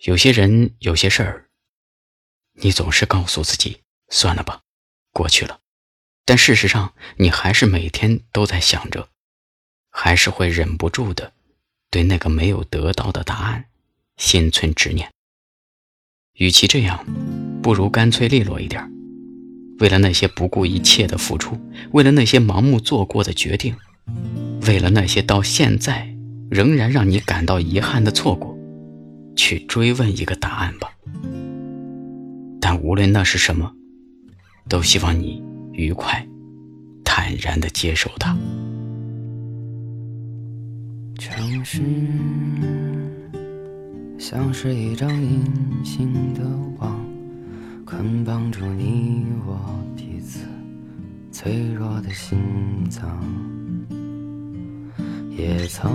有些人，有些事儿，你总是告诉自己算了吧，过去了，但事实上你还是每天都在想着，还是会忍不住的对那个没有得到的答案心存执念。与其这样，不如干脆利落一点，为了那些不顾一切的付出，为了那些盲目做过的决定，为了那些到现在仍然让你感到遗憾的错过，去追问一个答案吧。但无论那是什么，都希望你愉快坦然地接受它。 城市像是一张隐形的网，捆绑住你我彼此脆弱的心脏，也曾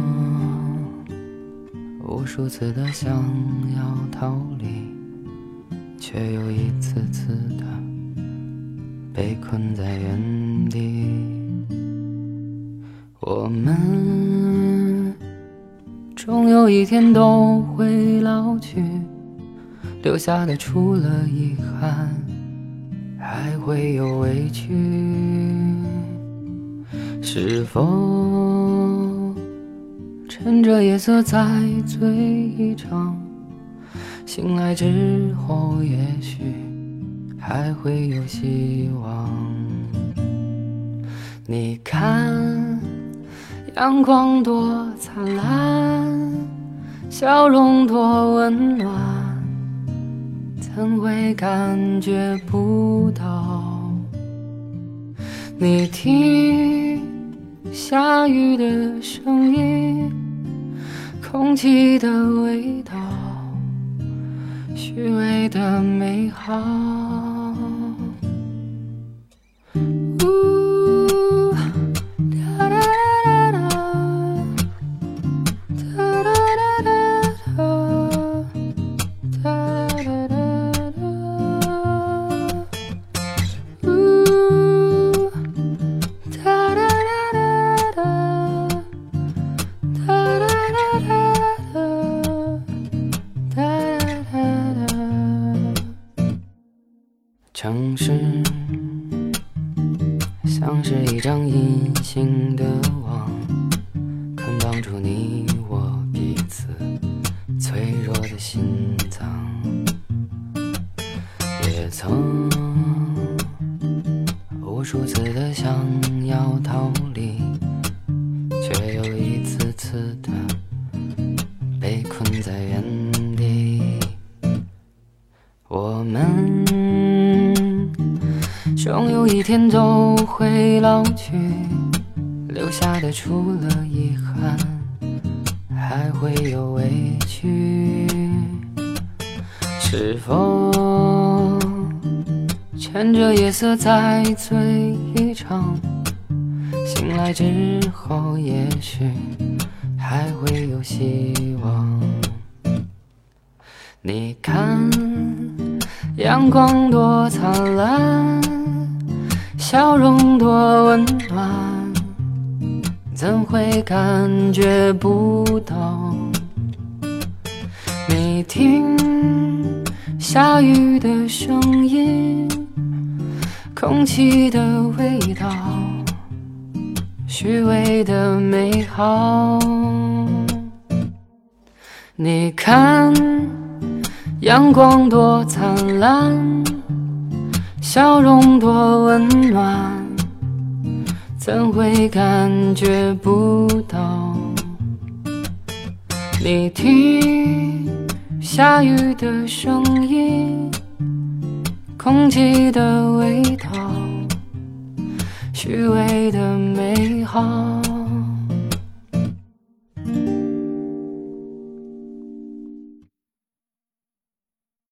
无数次的想要逃离，却又一次次的被困在原地。我们终有一天都会老去，留下的除了遗憾，还会有委屈。是否趁着夜色再醉一场，醒来之后也许还会有希望。你看阳光多灿烂，笑容多温暖，怎会感觉不到？你听下雨的声音，空气的味道，虚伪的美好。城市像是一张隐形的网，捆绑住你我彼此脆弱的心脏，也曾无数次的想要逃离，却又一次次的被困在原地。我们终有一天都会老去，留下的除了遗憾，还会有委屈。是否趁着夜色再醉一场，醒来之后也许还会有希望。你看阳光多灿烂，笑容多温暖，怎会感觉不到？你听下雨的声音，空气的味道，虚伪的美好。你看阳光多灿烂，笑容多温暖，怎会感觉不到？你听下雨的声音，空气的味道，虚伪的美好。